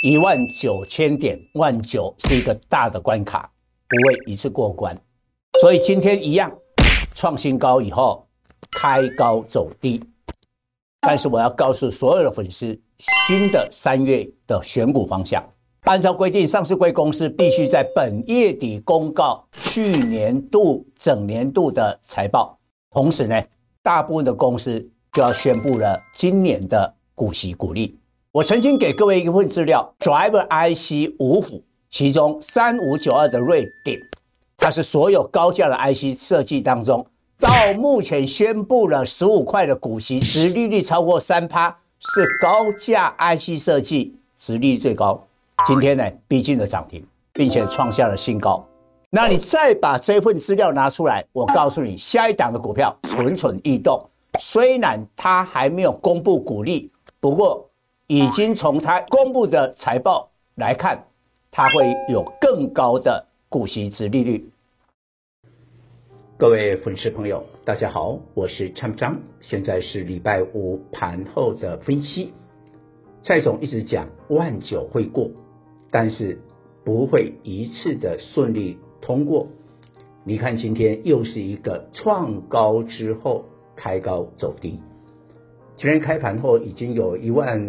19000点，19000是一个大的关卡，不会一次过关。所以今天一样创新高以后开高走低，但是我要告诉所有的粉丝，新的3月的选股方向。按照规定，上市柜公司必须在本月底公告去年度整年度的财报，同时呢，大部分的公司就要宣布了今年的股息股利。我曾经给各位一份资料 ，Driver IC 五虎，其中3592的瑞鼎，它是所有高价的 IC 设计当中，到目前宣布了15块的股息，殖利率超过 3%， 是高价 IC 设计殖利率最高。今天呢，逼近了涨停，并且创下了新高。那你再把这份资料拿出来，我告诉你，下一档的股票蠢蠢欲动。虽然它还没有公布股利，不过已经从它公布的财报来看，它会有更高的股息殖利率。 各位粉丝朋友，大家好，我是蔡章，现在是礼拜五盘后的分析。蔡总一直讲19000会过，但是不会一次的顺利通过。你看今天又是一个创高之后开高走低，今天开盘后已经有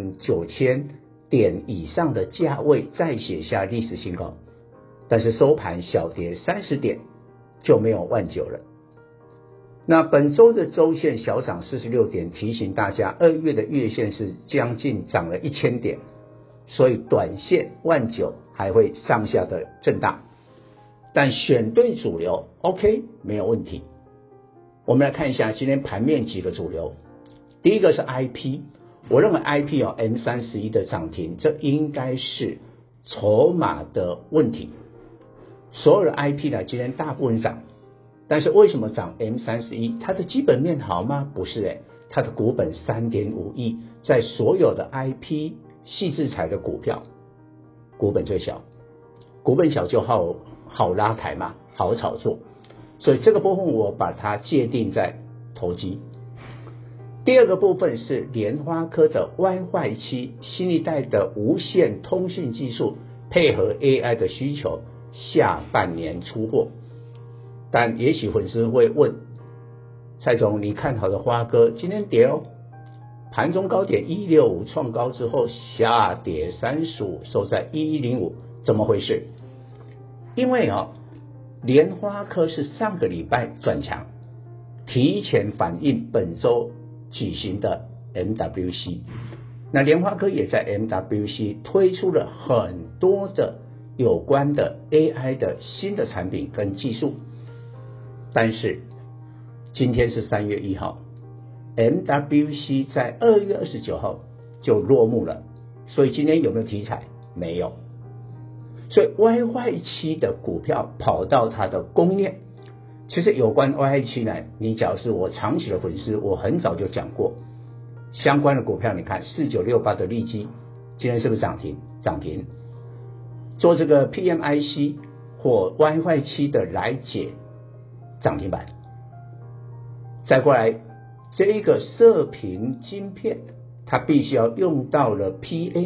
19000点以上的价位再写下历史新高，但是收盘小跌30点就没有19000了。那本周的周线小涨46点，提醒大家2月的月线是将近涨了1000点，所以短线19000还会上下的震荡，但选对主流 OK 没有问题。我们来看一下今天盘面几个主流。第一个是 IP， 我认为 IP M31 的涨停，这应该是筹码的问题。所有的 IP 呢，今天大部分涨，但是为什么涨 M31？ 它的基本面好吗？不是它的股本3.5亿，在所有的 IP 矽智财的股票，股本最小，股本小就好拉抬嘛，好炒作，所以这个部分我把它界定在投机。第二个部分是联发科的 WiFi 7新一代的无线通讯技术，配合 AI 的需求，下半年出货。但也许粉丝会问，蔡总你看好的花哥今天跌哦，盘中高点165创高之后下跌35，收在1105，怎么回事？因为联发科是上个礼拜转强，提前反映本周举行的 MWC， 那联发科也在 MWC 推出了很多的有关的 AI 的新的产品跟技术。但是今天是3月1号 MWC 在2月29号就落幕了，所以今天有没有题材？没有。所以 WiFi 7的股票跑到它的供应链，其实有关 WiFi 7呢，你假如是我长期的粉丝，我很早就讲过相关的股票。你看4968的利基今天是不是涨停？涨停。做这个 PMIC 或 WiFi 7的来解涨停板。再过来这个射频晶片，它必须要用到了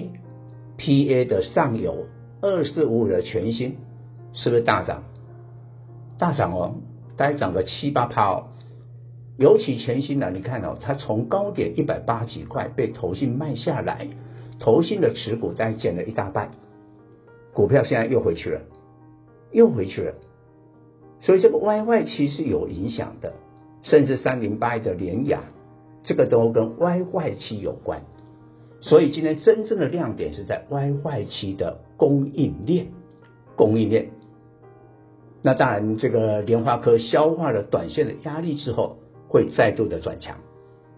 PA 的上游2455的全新，是不是大涨？大涨哦，大概涨个7-8%哦。尤其全新呢，你看它从高点180几块被投信卖下来，投信的持股大概减了一大半，股票现在又回去了。所以这个 WiFi 7是有影响的，甚至308的联亚，这个都跟 WiFi 7有关。所以今天真正的亮点是在 WiFi 7的供应链。那当然这个联发科消化了短线的压力之后，会再度的转强。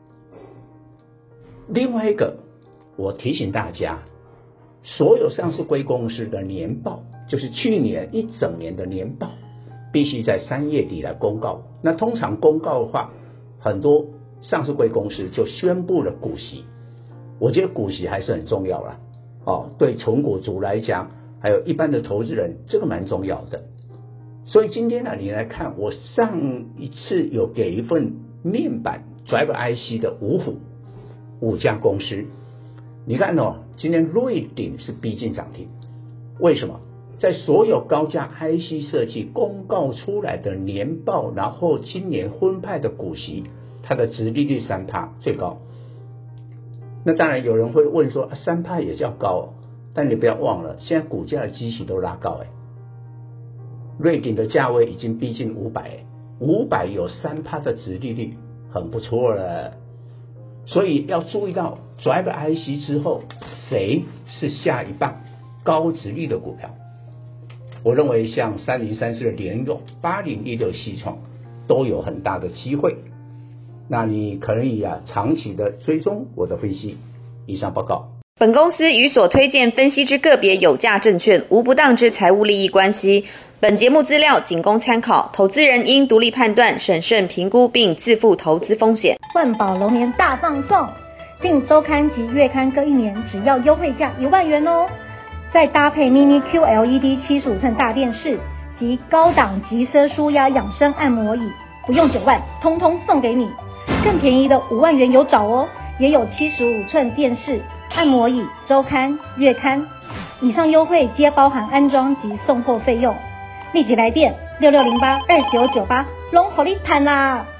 另外一个我提醒大家，所有上市柜公司的年报，就是去年一整年的年报，必须在3月底来公告。那通常公告的话，很多上市柜公司就宣布了股息。我觉得股息还是很重要啦，对存股族来讲，还有一般的投资人，这个蛮重要的。所以今天呢，你来看，我上一次有给一份面板 Driver IC 的五虎5家公司，你看今天瑞鼎是逼近涨停，为什么？在所有高价 IC 设计公告出来的年报，然后今年分派的股息，它的殖利率 3% 最高。那当然有人会问说3%也叫高，但你不要忘了，现在股价的基期都拉高瑞鼎的价位已经逼近500有 3% 的殖利率，很不错了。所以要注意到 Driver IC 之后谁是下一棒高殖利的股票。我认为像3034的联咏、8016矽创都有很大的机会。那你可以长期的追踪我的分析。以上报告。 本公司与所推荐分析之个别有价证券无不当之财务利益关系。本节目资料仅供参考，投资人应独立判断、审慎评估并自负投资风险。 万宝龙年大放送，订周刊及月刊各1年只要优惠价1万元哦！再搭配 Mini QLED 75寸大电视及高档极奢舒压养生按摩椅，不用9万，通通送给你。更便宜的5万元有找哦，也有75寸电视、按摩椅、周刊、月刊，以上优惠皆包含安装及送货费用。立即来电66082998，拢给你谈啦！